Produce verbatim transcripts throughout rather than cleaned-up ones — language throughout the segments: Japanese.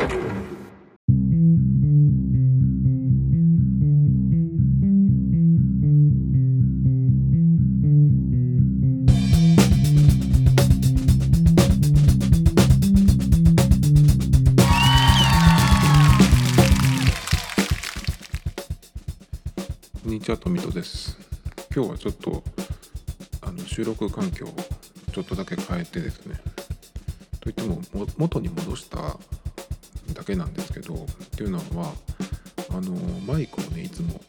こんにちは、トミトです。今日はちょっとあの収録環境をちょっとだけ変えてですね、といってもも元に戻しただけなんですけど、っていうのはあのマイクをね、いつも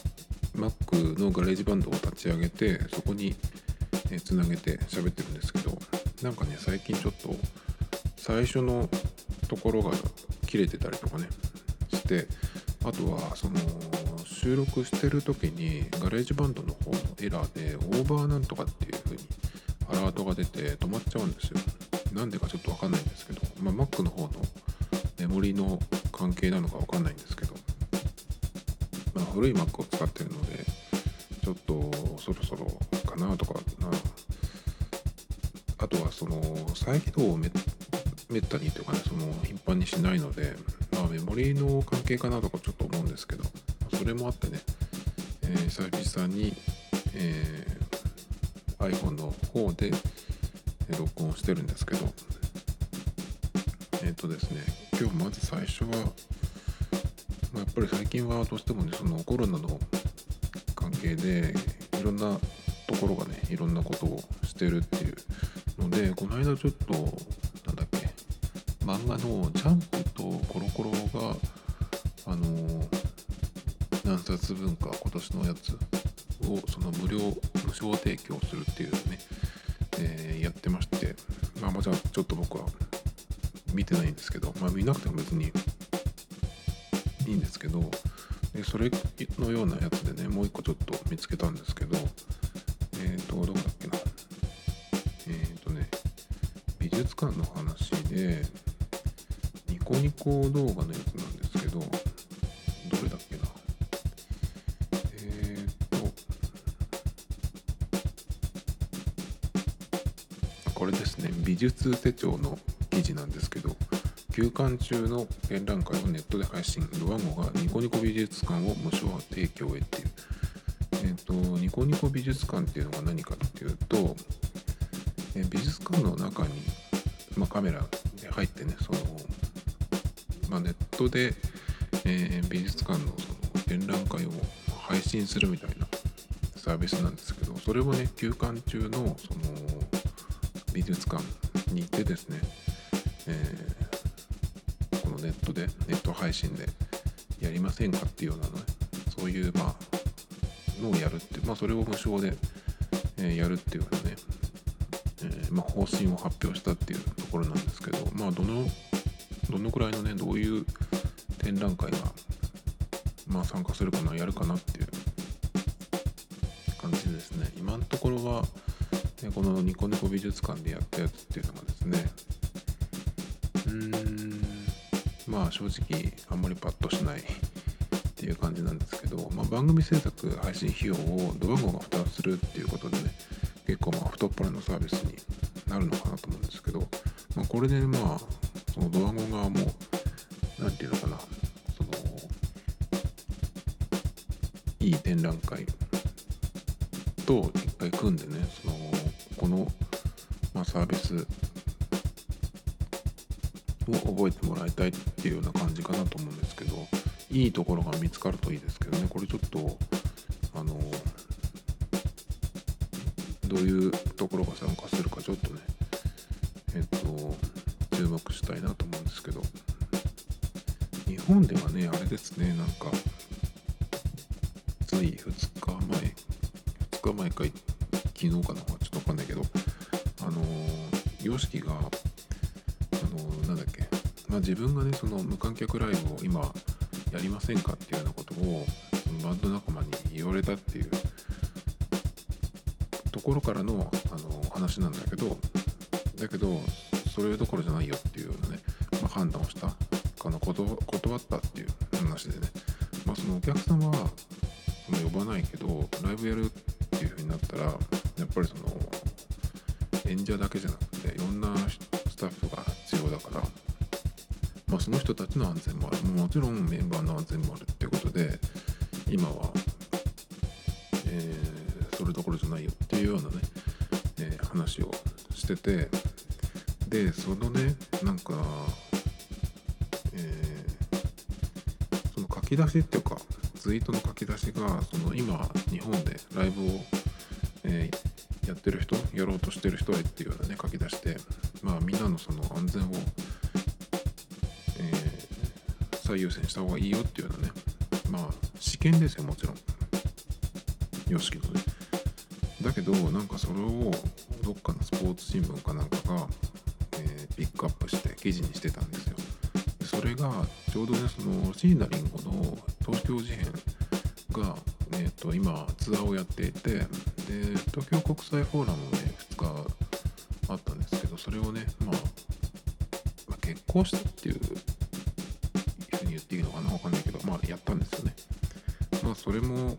Mac のガレージバンドを立ち上げて、そこにえつなげて喋ってるんですけど、なんかね、最近ちょっと最初のところが切れてたりとかねして、あとはその収録してる時にガレージバンドの方のエラーでオーバーなんとかっていう風にアラートが出て止まっちゃうんですよ。なんでかちょっとわかんないんですけど、まあ、Mac の方のメモリの関係なのかわかんないんですけど、まあ、古い Mac を使ってるのでちょっとそろそろかなとかな。あとはその再起動をめめったにというかね、その頻繁にしないので、まあ、メモリの関係かなとかちょっと思うんですけど、それもあってね、えー、久々に、えー、iPhone の方で録音してるんですけど、えっ、ー、とですね、今日まず最初は、まあ、やっぱり最近はどうしてもね、そのコロナの関係でいろんなところがね、いろんなことをしてるっていうので、この間ちょっとなんだっけ、漫画のジャンプとコロコロがあのー何冊分か今年のやつをその無料無償提供するっていうね、えー、やってまして、まあまあじゃあちょっと僕は見てないんですけど、まあ見なくても別にいいんですけど、でそれのようなやつでね、もう一個ちょっと見つけたんですけど、えっとどこだっけな、えっとね美術館の話でニコニコ動画のやつなんですけど、どれだっけな、えー、とこれですね、美術手帳の記事なんですけど、休館中の展覧会をネットで配信、ドワンゴがニコニコ美術館を無償提供へっていう、えー、とニコニコ美術館っていうのが何かっていうと、えー美術館の中に、まあ、カメラで入ってね、その、まあ、ネットで、えー美術館のその展覧会を配信するみたいなサービスなんですけど、それをね、休館中のその美術館に行ってですね、えーこのネットでネット配信でやりませんかっていうようなね、そういうまあのをやるって、まあそれを無償で、えーやるっていうようなね、えーまあ、方針を発表したっていうところなんですけど、まあどのどのくらいのね、どういう展覧会がまあ参加するかな、やるかなっていう感じですね。今のところは、ね、このニコニコ美術館でやったやつっていうのがですね、うーんまあ正直あんまりパッとしないっていう感じなんですけど、まあ、番組制作配信費用をドワンゴが負担するっていうことでね、結構まあ太っ腹のサービスになるのかなと思うんですけど、まあ、これでまあそのドワンゴ側もなんていうのかな、そのいい展覧会と一回組んでね、そのこの、まあ、サービスを覚えてもらいたいっていうような感じかなと思うんですけど、いいところが見つかるといいですけどね。これちょっとあのどういうところが参加するかちょっとね、えっと注目したいなと思うんですけど、日本ではね、あれですね、なんかついふつかまえふつかまえか昨日かな、ちょっと分かんないけど、あの YOSHIKI があのなんだっけ、まあ、自分がね、その無観客ライブを今やりませんかっていうようなことをバンド仲間に言われたっていうところからの、あの話なんだけど、だけどそれどころじゃないよっていうようなね、まあ、判断をした、あの断断ったっていう話でね、まあ、そのお客様はその呼ばないけどライブやるっていう風になったら、やっぱりその演者だけじゃなくていろんなスタッフが必要だから、 まあ、その人たちの安全もある、もちろんメンバーの安全もあるっていうことで、今は、えーそれどころじゃないよっていうようなね、えー話をしてて、でそのねなんか、えーその書き出しっていうかツイートの書き出しが、その今日本でライブを、えーやってる人、やろうとしてる人へっていうようなね書き出して、まあみんなのその安全を、えー最優先した方がいいよっていうようなね、まあ試験ですよ、もちろん様式のね。だけどなんかそれをどっかのスポーツ新聞かなんかが、えーピックアップして記事にしてたんですよ。でそれがちょうどね、その椎名林檎の東京事変が、えー、と今ツアーをやっていて、で東京国際フォーラムでふつかあったんですけど、それをね、まあ、まあ、結婚したっていうふうに言っていいのかな、わかんないけど、まあやったんですよね。まあそれも、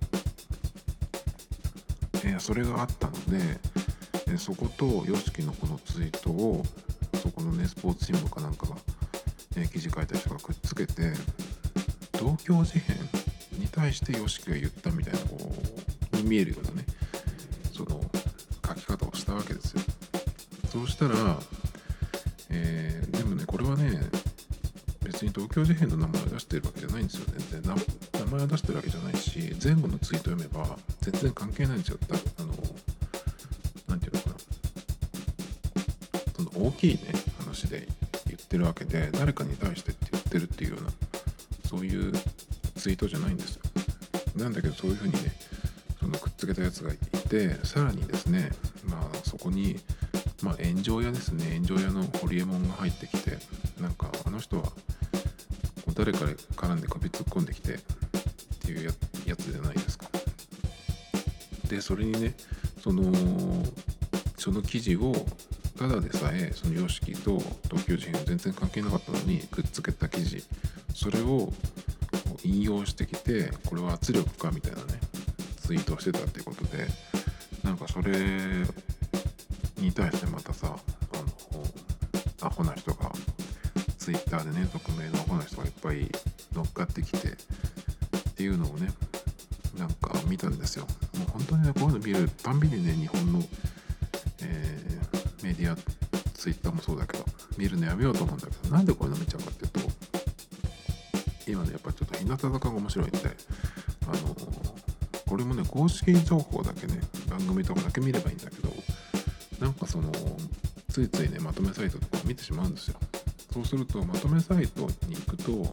えーそれがあったので、えーそこと ヨシキ のこのツイートをそこのねスポーツ新聞かなんかが、えー記事書いた人がくっつけて、東京事変に対して ヨシキ が言ったみたいなこうに見えるようなね、その書き方をしたわけですよ。そうしたら、えーでもねこれはね別に東京事変の名前を出してるわけじゃないんですよ。全然名前を出してるわけじゃないし、前後のツイート読めば全然関係ないんですよ。だあのなんていうのかな、その大きいね話で言ってるわけで、誰かに対してって言ってるっていうようなそういうツイートじゃないんですよ。なんだけどそういうふうにねそのくっつけたやつがいて、さらにですね、まあそこにまあ炎上屋ですね、炎上屋のホリエモンが入ってきて、なんかあの人は誰か絡んで首突っ込んできてっていうや、やつじゃないですか。でそれにね、そのその記事をただでさえその ヨシキ と東京事変全然関係なかったのにくっつけた記事、それを引用してきて、これは圧力かみたいなねツイートをしてたっていうことで、なんかそれに対してまたさ、あのアホな人がツイッターでね、匿名のアホな人がいっぱい乗っかってきてっていうのをねなんか見たんですよ。もう本当にねこういうの見るたんびにね、日本の、えーメディアツイッターもそうだけど見るのやめようと思うんだけど、なんでこういうの見ちゃうかっていうと、今ねやっぱりちょっと日向坂が面白いんで、あのーこれもね公式情報だけね、番組とかだけ見ればいいんだけど、なんかそのついついねまとめサイトとか見てしまうんですよ。そうするとまとめサイトに行くと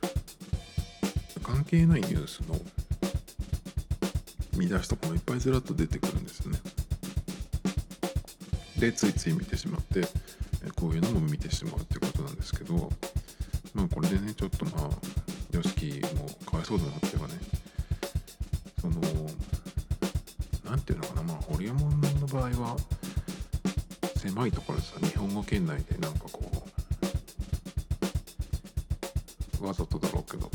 関係ないニュースの見出しとかもいっぱいずらっと出てくるんですよね。でついつい見てしまって、こういうのも見てしまうっていうことなんですけど、まあこれでねちょっとまあ ヨシキ もかわいそうだなっていうかね、そのなんていうのかな、まあホリエモンの場合は狭いところでさ、日本語圏内でなんかこうわざとだろうけど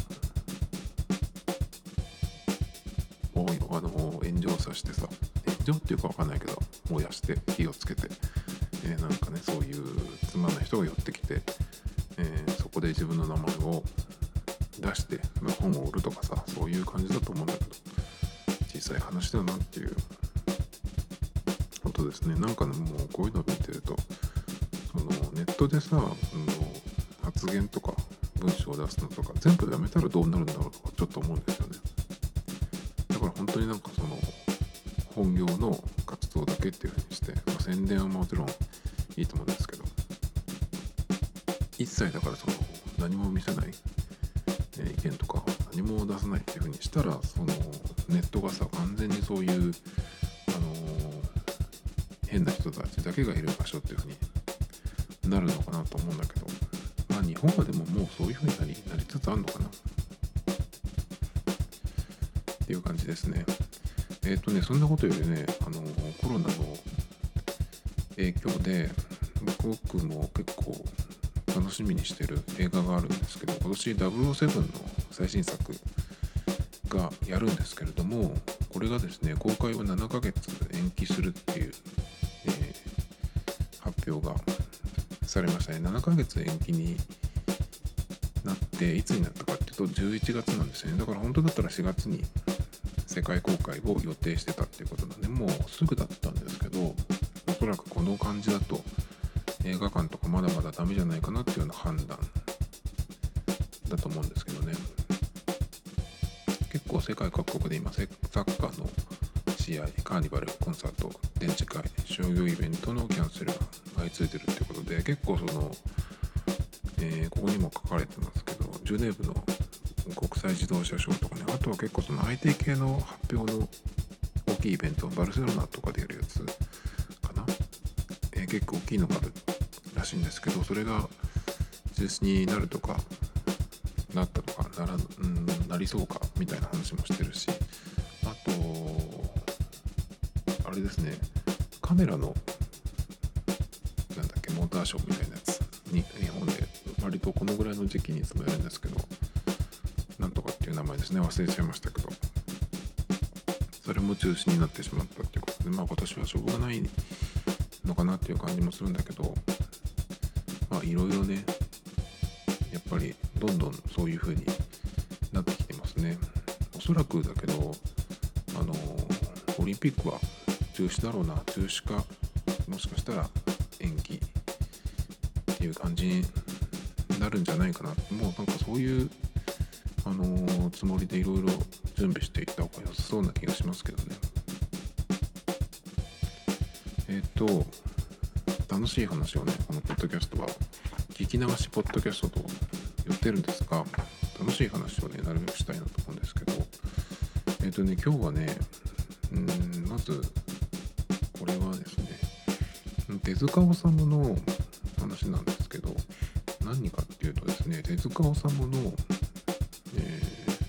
多いのあの炎上させてさ、炎上っていうかわかんないけど燃やして火をつけて、えーなんかねそういうつまんない人が寄ってきて、えーそこで自分の名前を出して、まあ、本を売るとかさ、そういう感じだと思うんだけど、小さい話だなっていうことですね。なんかねもうこういうのを見てると、そのネットでさ、あの発言とか文章を出すのとか全部やめたらどうなるんだろうとかちょっと思うんですよね。だから本当になんかその本業の活動だけっていう風にして、まあ、宣伝はもちろんいいと思うんですけど、一切だからその何も見せない、えー意見とか何も出さないっていう風にしたら、そのネットがさ完全にそういう、あのー変な人たちだけがいる場所っていう風になるのかなと思うんだけど、まあ日本はでももうそういう風になり、なりつつあるのかなっていう感じですね。えっ、ー、とねそんなことよりね、あのーコロナの影響で僕も結構楽しみにしてる映画があるんですけど、今年ダブルオーセブンの最新作がやるんですけれども、これがですね公開をななかげつ延期するっていう、えー発表がされましたね。ななかげつ延期にでいつになったかっていうとじゅういちがつなんですよね。だから本当だったらしがつに世界公開を予定してたっていうことなんで、もうすぐだったんですけど、おそらくこの感じだと映画館とかまだまだダメじゃないかなっていうような判断だと思うんですけどね。結構世界各国で今サッカーの試合、カーニバル、コンサート、展示会、商業イベントのキャンセルが相次いでるってことで、結構その、えーここにも書かれてますけど、ジュネーブの国際自動車ショーとかね、あとは結構その アイティー 系の発表の大きいイベント、バルセロナとかでやるやつかな、えー結構大きいのがあるらしいんですけど、それが中止になるとかなったとかなら、うん、なりそうかみたいな話もしてるし、あとあれですね、カメラのなんだっけモーターショーみたいなやつに日本で割とこのぐらいの時期にいつもやるんですけど、なんとかっていう名前ですね、忘れちゃいましたけど、それも中止になってしまったっていうことで、まあ今年はしょうがないのかなっていう感じもするんだけど、まあいろいろね、やっぱりどんどんそういう風になってきてますね。おそらくだけど、あのオリンピックは中止だろうな、中止かもしかしたら延期っていう感じになるんじゃないかな。もうなんかそういうあのー、つもりでいろいろ準備していった方が良さそうな気がしますけどね。えっ、と楽しい話をね、このポッドキャストは聞き流しポッドキャストと言ってるんですが、楽しい話をねなるべくしたいなと思うんですけど、えっ、とね今日はね、うーんまずこれはですね、手塚治虫の話なんですけど、何かっていうとですね、手塚治虫の、え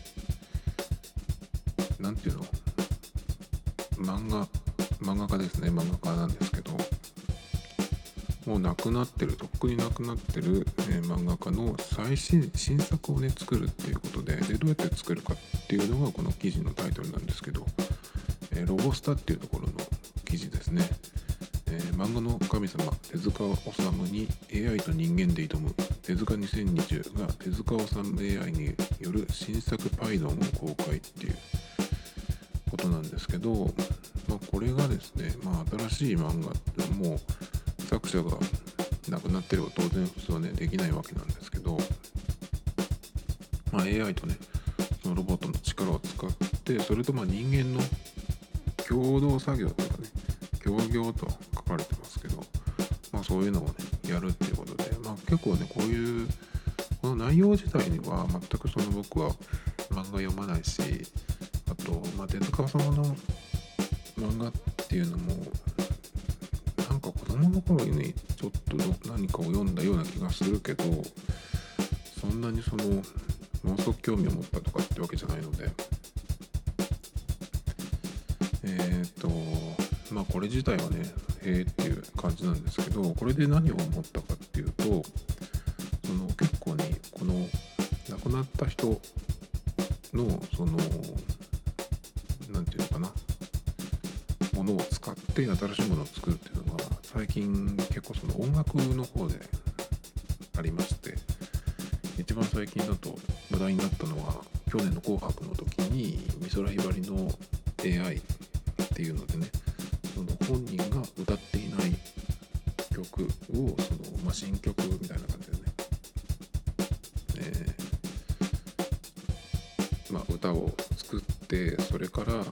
ー、なんていうの、漫画漫画家ですね、漫画家なんですけど、もう亡くなってる、とっくに亡くなってる、えー、漫画家の最新新作をね作るっていうことで、でどうやって作るかっていうのがこの記事のタイトルなんですけど、えー、ロボスタっていうところの記事ですね。えー、漫画の神様手塚治虫に エーアイ と人間で挑む手塚にせんにじゅうが手塚治虫 エーアイ による新作パイロンを公開っていうことなんですけど、まあ、これがですね、まあ、新しい漫画ってもう作者が亡くなってれば当然普通はねできないわけなんですけど、まあ、エーアイ とねそのロボットの力を使って、それとまあ人間の共同作業というかね、協業と書かれてますけど、まあそういうのをねやるっていうことで、まあ結構ねこういうこの内容自体には全くその僕は漫画読まないし、あとまあ手塚治虫の漫画っていうのもなんか子供の頃にちょっと何かを読んだような気がするけど、そんなにそのものすごく興味を持ったとかってわけじゃないので、えっ、ー、とまあこれ自体はねへえっていう感じなんですけど、これで何を思ったかっていうと、その結構ねこの亡くなった人のそのなんていうのかな、ものを使って新しいものを作るっていうのが最近結構その音楽の方でありまして、一番最近だと話題になったのは去年の紅白の時に美空ひばりの エーアイ っていうのでね、その本人が歌っていない曲をその、まあ、新曲みたいな感じでね、えーまあ、歌を作って、それから、えー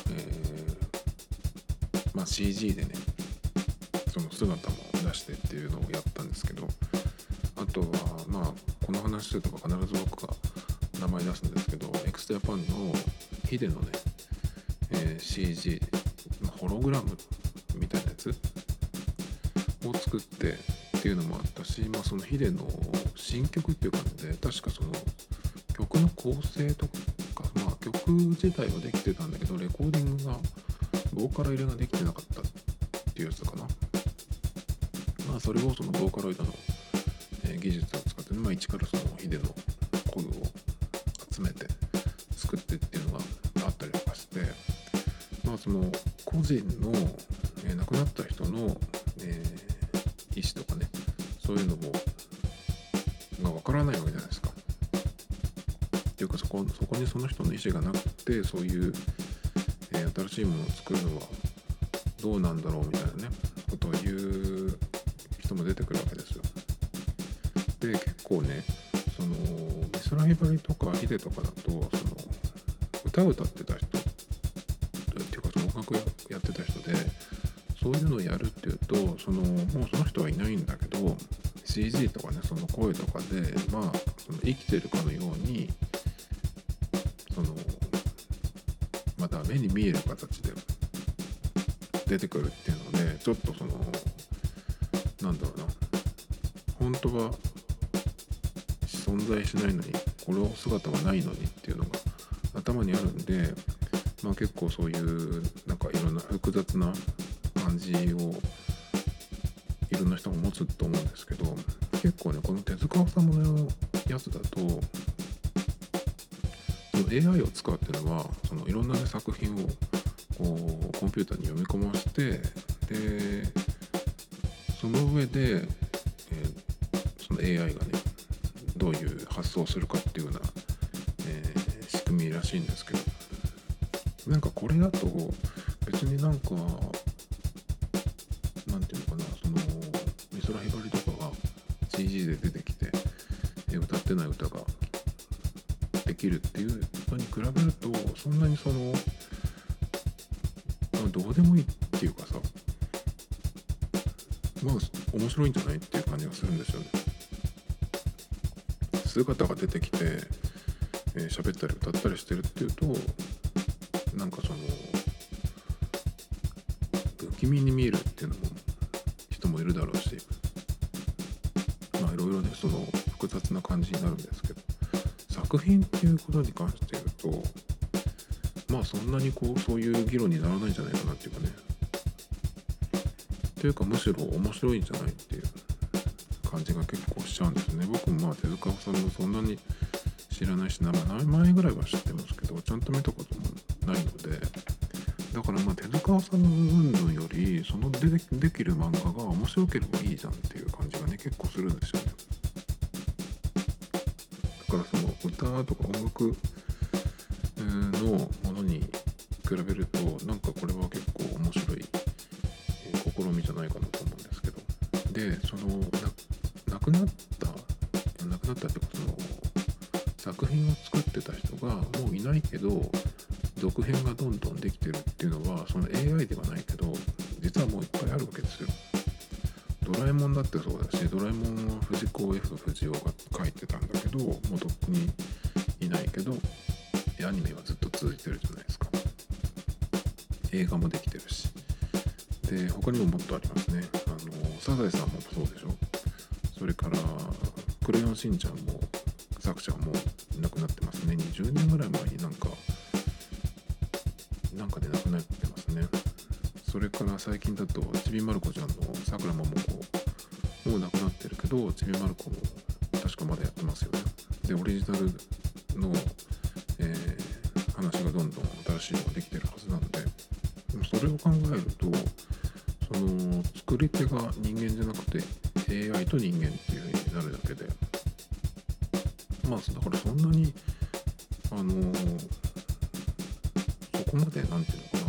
まあ、シージー でねその姿も出してっていうのをやったんですけど、あとはまあこの話するとか必ず僕が名前出すんですけど、 x ジャパンのヒデのね、えー、シージー、まあ、ホログラムみたいなやつを作ってっていうのもあったし、まあそのヒデの新曲っていう感じで、確かその曲の構成とか、まあ曲自体はできてたんだけど、レコーディングがボーカロイドができてなかったっていうやつかな。まあそれをそのボーカロイドの、えー、技術を使って、まあ一からそのヒデの声を集めて作ってっていうのがあったりとかして、まあその個人の、えー、亡くなった人の、えー、意思とかね、そういうのもがわからないわけじゃないですか。 ていうかそこ、そこにその人の意思がなくてそういう、えー、新しいものを作るのはどうなんだろうみたいなねことを言う人も出てくるわけですよ。で結構ねその美空ひばりとかヒデとかだとその歌を歌ってた人っていうかその音楽やってた人でそういうのをやるっていうとそのもうその人はいないんだけど シージー とかねその声とかでまあその生きてるかのようにそのまた目に見える形で出てくるっていうのでちょっとそのなんだろうな本当は存在しないのにこの姿はないのにっていうのが頭にあるんで、まあ、結構そういうなんかいろんな複雑な感じをいろんな人が持つと思うんですけど結構ねこの手塚治虫のやつだとその エーアイ を使うっていうのはそのいろんな、ね、作品をこうコンピューターに読み込ませてでその上で、えー、その エーアイ がねどういう発想をするかっていうような、えー、仕組みらしいんですけどなんかこれだと別になんかなんていうのかなその美空ひばりとかが シージー で出てきて、えー、歌ってない歌ができるっていうのに比べるとそんなにその、まあ、どうでもいいっていうかさまあ面白いんじゃないっていう感じがするんですよね。姿が出てきて喋、えー、ったり歌ったりしてるっていうとなんかその不気味に見えるっていうのも人もいるだろうしまあいろいろねその複雑な感じになるんですけど作品っていうことに関して言うとまあそんなにこうそういう議論にならないんじゃないかなっていうかねというかむしろ面白いんじゃないっていう感じが結構しちゃうんですね。僕もまあ手塚治虫もそんなに知らないし名前ぐらいは知ってますけどちゃんと見たこともないのでだからまあ手塚治虫云々よりそのでできる漫画が面白ければいいじゃんっていう感じがね結構するんですよね。だからその歌とか音楽のものに比べるとなんかこれは結構面白い試みじゃないかなと思うんですけどでその亡くなった亡くなったってことの作品を作ってた人がもういないけど続編がどんどんできてるっていうのはその エーアイ ではないけど実はもういっぱいあるわけですよ。ドラえもんだってそうだしドラえもんは藤子 F 不二雄が書いてたんだけどもうとっくにいないけどアニメはずっと続いてるじゃないですか。映画もできてるしで他にももっとありますね。あのサザエさんもそうでしょ。それからクレヨンしんちゃんも作者はもういなくなってますね。にじゅうねんぐらい前になんかなんかで亡くなってますね。それから最近だとちびまる子ちゃんのさくらももこもう亡くなってるけどちびまる子も確かまだやってますよね。でオリジナルの、えー、話がどんどん新しいのができてるはずなんでそれを考えるとその作り手が人間じゃなくて エーアイ と人間っていう風になるだけでまあだからそんなにあのー、そこまでなんていうのかな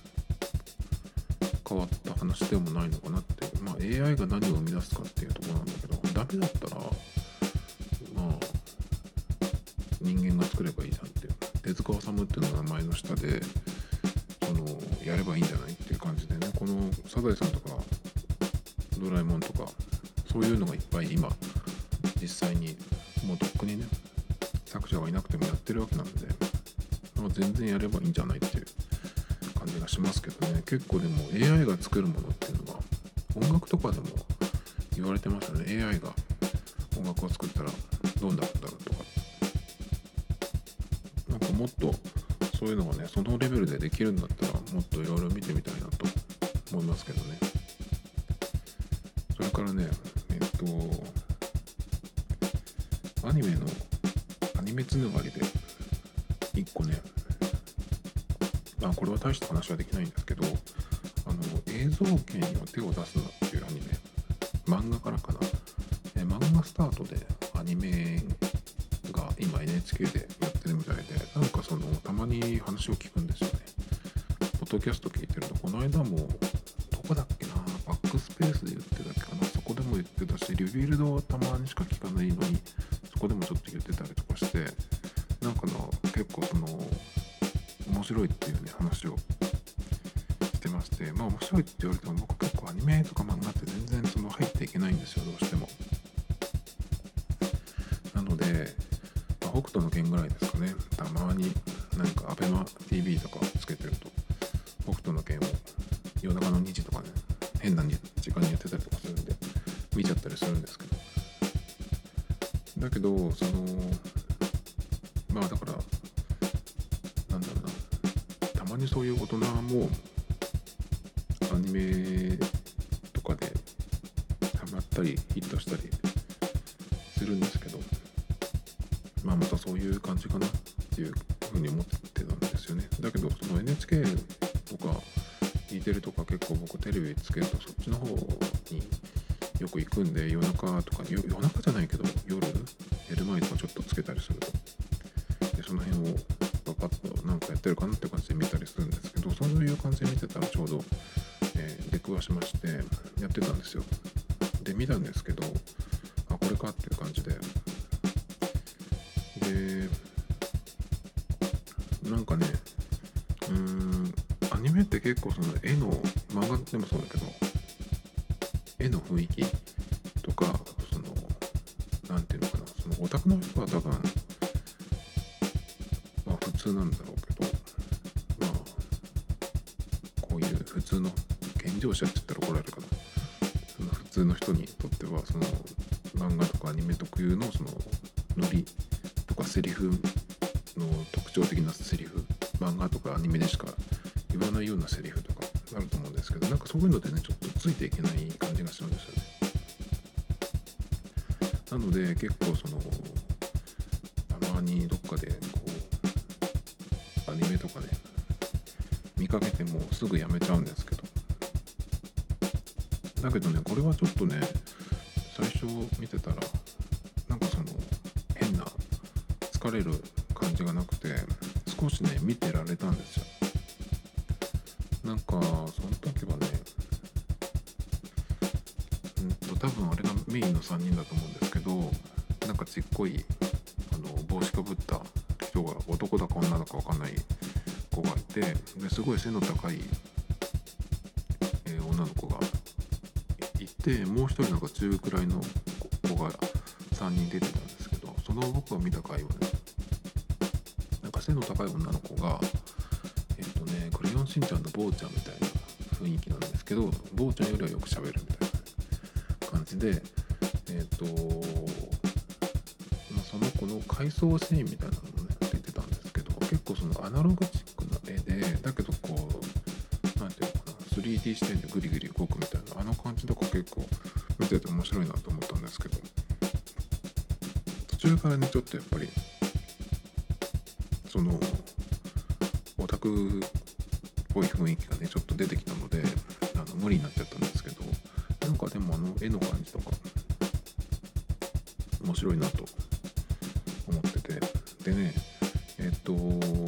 変わった話でもないのかなってまあ エーアイ が何を生み出すかっていうところなんだけどダメだったらまあ人間が作ればいいじゃんって手塚治虫っていうのが名前の下でそのやればいいんじゃないっていう感じでねこのサザエさんとかドラえもんとかそういうのがいっぱい今実際にもうとっくにね作者がいなくてもやってるわけなんで、まあ、全然やればいいんじゃないっていう感じがしますけどね。結構でも エーアイ が作るものっていうのは音楽とかでも言われてますよね。 エーアイ が音楽を作ったらどうなるんだろうとかなんかもっとそういうのがねそのレベルでできるんだったらもっといろいろ見てみたいなと思いますけどね。それからねえっとアニメのアニメつながりで一個ねまあこれは大した話はできないんですけどあの映像権には手を出すなっていうアニメ漫画からかなえ漫画スタートでアニメが今 エヌエイチケー でやってるみたいで、なんかそのたまに話を聞くんですよね。ポッドキャスト聞いてると、この間もどこだっけな、バックスペースで言ってたっけかな、そこでも言ってたし、リビルドはたまにしか聞かないのにそこでもちょっと言ってたりとかして、なんかの結構その面白いっていうね話をしてまして、まあ面白いって言われても僕結構アニメとか漫画って全然その入っていけないんですよ、どうしても。なので、まあ、北斗の拳ぐらいですかね。たまに何かアベマ ティーブイ とかつけてると北斗の拳を夜中のにじとかね、変な時間にやってたりとかするんで見ちゃったりするんですけど、だけどそのまあだからなんだろうな、たまにそういう大人もアニメとかでハマったりヒットしたりするんですけど、まあまたそういう感じかなっていうふうに思ってたんですよね。だけどその エヌエイチケー とか E テレとか結構僕テレビつけるとそっちの方によく行くんで、夜中とかに、夜中じゃないけど夜寝る前とかちょっとつけたりすると、でその辺をパパッとなんかやってるかなって感じで見たりするんですけど、そういう感じで見てたらちょうど、えー、出くわしましてやってたんですよ。で見たんですけど、あこれかっていう感じで、でなんかね、うーんアニメって結構その絵の、漫画でもそうだけど絵の雰囲気とか、そのなんていうのかな、そのオタクの人は多分まあ普通なんだろうけど、まあこういう普通の健常者って言ったら怒られるかな、その普通の人にとってはその漫画とかアニメ特有のそのノリとかセリフの特徴的なセリフ、漫画とかアニメでしか言わないようなセリフとかあると思うんですけど、なんかそういうのでねちょっとついていけない感じがするんですよね。なので結構そのたまにどっかでこうアニメとかね見かけてもすぐやめちゃうんですけど、だけどねこれはちょっとね最初見てたらなんかその変な疲れる感じがなくて少しね見てられたんですよ。なんかその時はね、うんと多分あれがメインのさんにんだと思うんですけど、なんかちっこいあの帽子かぶった人が男だか女だか分かんない子がいて、ですごい背の高い、えー女の子がいて、もう一人なんか中くらいの子がさんにん出てたんですけど、その僕が見た回はね、なんか背の高い女の子がえっとねクレヨンしんちゃんの坊ちゃんみたいな雰囲気なんですけど、坊ちゃんよりはよく喋るみたいな感じで、えっと、まあ、その子の回想シーンみたいなのもね出てたんですけど、結構そのアナログチックな絵で、だけどこうなんていうのかな、スリーディー 視点でグリグリ動くみたいなあの感じとか結構見てて面白いなと思ったんですけど、途中からねちょっとやっぱりそのオタクっぽい雰囲気がねちょっと出てきたので、あの無理になっちゃったんですけど、なんかでもあの絵の感じとか面白いなと思ってて、でねえっと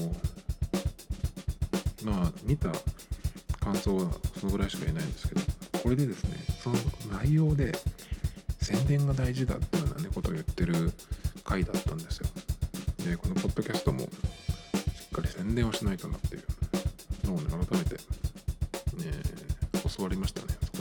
まあ見た感想はそのぐらいしか言えないんですけど、これでですねその内容で宣伝が大事だっていうようなねことを言ってる回だったんですよ。でこのポッドキャストもしっかり宣伝をしないとなっていうのをね改めて、ね、教わりましたね、そこ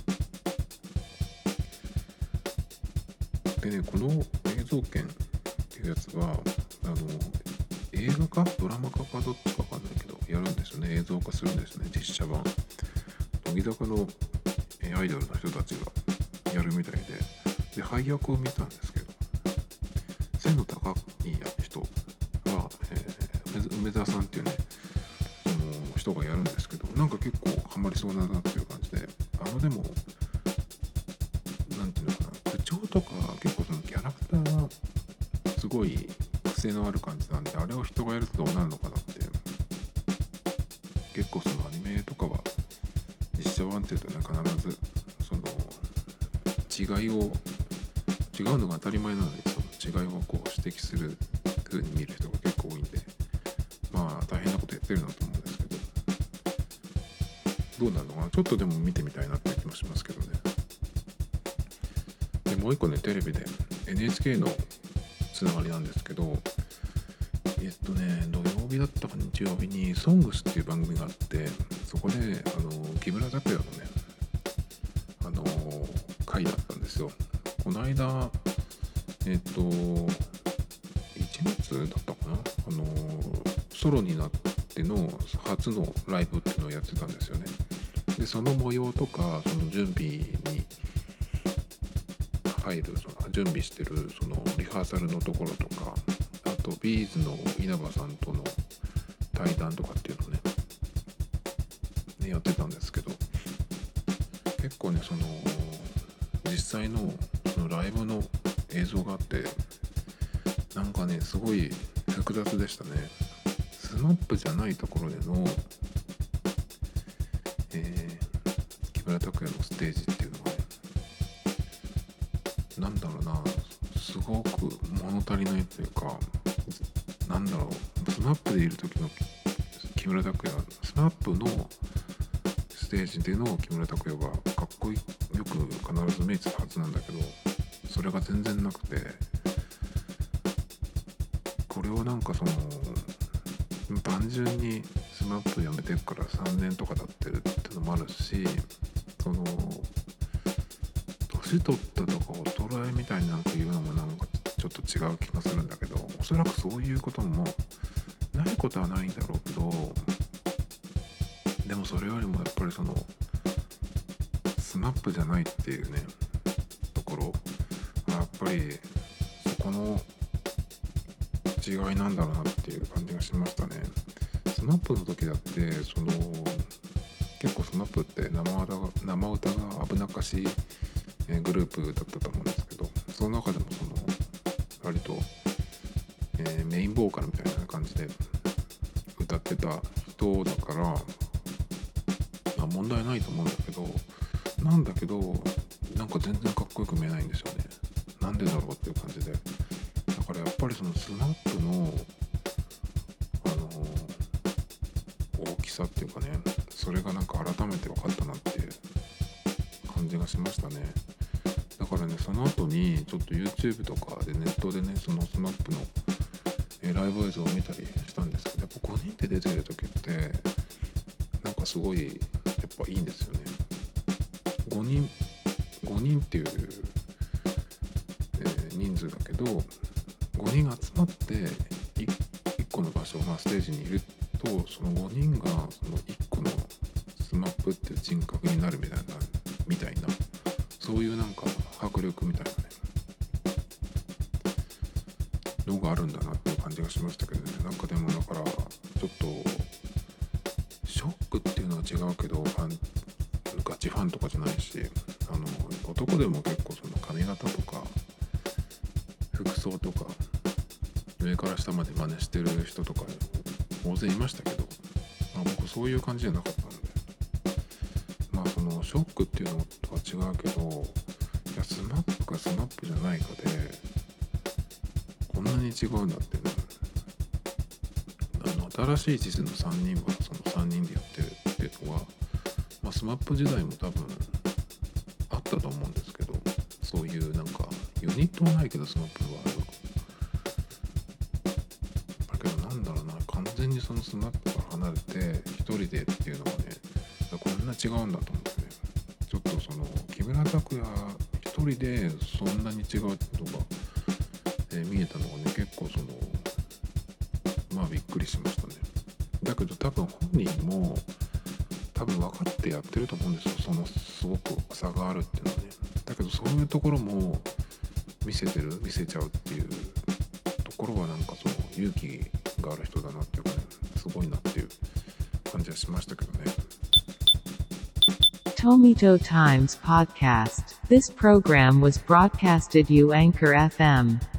で。でねこの映像権っていうやつはあの映画かドラマ化かどっちかわかんないけどやるんですよね。映像化するんですね、実写版。乃木坂のアイドルの人たちがやるみたいで、で配役を見たんですけど、背の高い人は、えー、梅沢さんっていうねその人がやるんですけど、なんか結構ハマりそうだなっていう感じで、あのでもなんていうのかな、口調とか結構そのキャラクターがすごい癖のある感じなんで、あれを人がやるとどうなるのかなって、結構そのアニメとかは実写版っていうとね必ずその違いを違うのが当たり前なのに、そ違いをこう指摘する風に見る人が結構多いんで、まあ大変なことやってるなと思うんですけど、どうなるのかな、ちょっとでも見てみたいなって気もしますけどね。でもう一個ね、テレビで エヌエイチケー のつながりなんですけど、えっとね土曜日だったか日曜日にソングスっていう番組があって、そこであの木村拓哉のねあの回だったんですよ。この間えっといちがつだったかな、あのソロになっての初のライブっていうのをやってたんですよね。でその模様とかその準備に入るその準備してるそのリハーサルのところとか、あとビーズの稲葉さんとの対談とかっていうのをねねやってたんですけど、結構ねその実際のそのライブの映像があって、なんかねすごい複雑でしたね。スマップじゃないところでの、えー、木村拓哉のステージっていうのがね、なんだろうな、すごく物足りないというか、なんだろう、スマップでいる時の木村拓哉、スマップのステージでの木村拓哉がかっこよく必ず見えてたはずなんだけど、それが全然なくて、これをなんかその単純にスマップやめてからさんねんとか経ってるってのもあるし、その年取ったとか衰えみたいになんか言うのもなんかちょっと違う気がするんだけど、おそらくそういうこともないことはないんだろうけど、でもそれよりもやっぱりそのスマップじゃないっていうねところ、やっぱりそこの違いなんだろうなっていう感じがしましたね。スマップの時だってその結構スマップって生歌が生歌が危なっかしいグループだったと思うんですけど、その中でもその割と、えー、メインボーカルみたいな感じで歌ってた人だから、まあ、問題ないと思うんだけど、なんだけどなんか全然かっこよく見えないんですよね。なんでだろうっていう感じで、だからやっぱりそのスマップのあのー、大きさっていうかね、それがなんか改めて分かったなっていう感じがしましたね。だからね、その後にちょっと YouTube とかでネットでね、そのスマップの、えー、ライブ映像を見たりしたんですけど、やっぱごにんで出てる時ってなんかすごいやっぱいいんですよね。ごにんごにんっていう、えー、人数だけど、ごにん集まっていっこの場所、まあ、ステージにいると、そのごにんがそのいっこのスマップっていう人格になるみたいなみたいなそういうなんか迫力みたいなねのがあるんだなっていう感じがしましたけどね。なんかでもだからちょっとショックっていうのは違うけど、ファンガチファンとかじゃないし、あの男でも結構その髪型とか服装とか上から下まで真似してる人とか大勢いましたけど、まあ、僕そういう感じじゃなかったんで、まあそのショックっていうのとは違うけど、いやスマップかスマップじゃないかでこんなに違うんだってね。あの新しい地図のさんにんはそのさんにんでやってるっていうのは、まあ、スマップ時代も多分あったと思うんですけど、そういうなんかユニットはないけどスマップはある。だけどなんだろうな、完全にそのスマップから離れて一人でっていうのはね、こんな違うんだと思ってね、ちょっとその木村拓哉一人でそんなに違うことが、えー、見えたのがね、結構そのまあびっくりしましたね。だけど多分本人も多分分かってやってると思うんですよ、そのすごく差があるっていうのはね。だけどそういうところも見せてる見せちゃうっていうところはなんかその勇気がある人だなっていうかね、すごいなっていう感じはしましたけどね。 Tomito Times Podcast. This program was broadcasted you Anchor F M.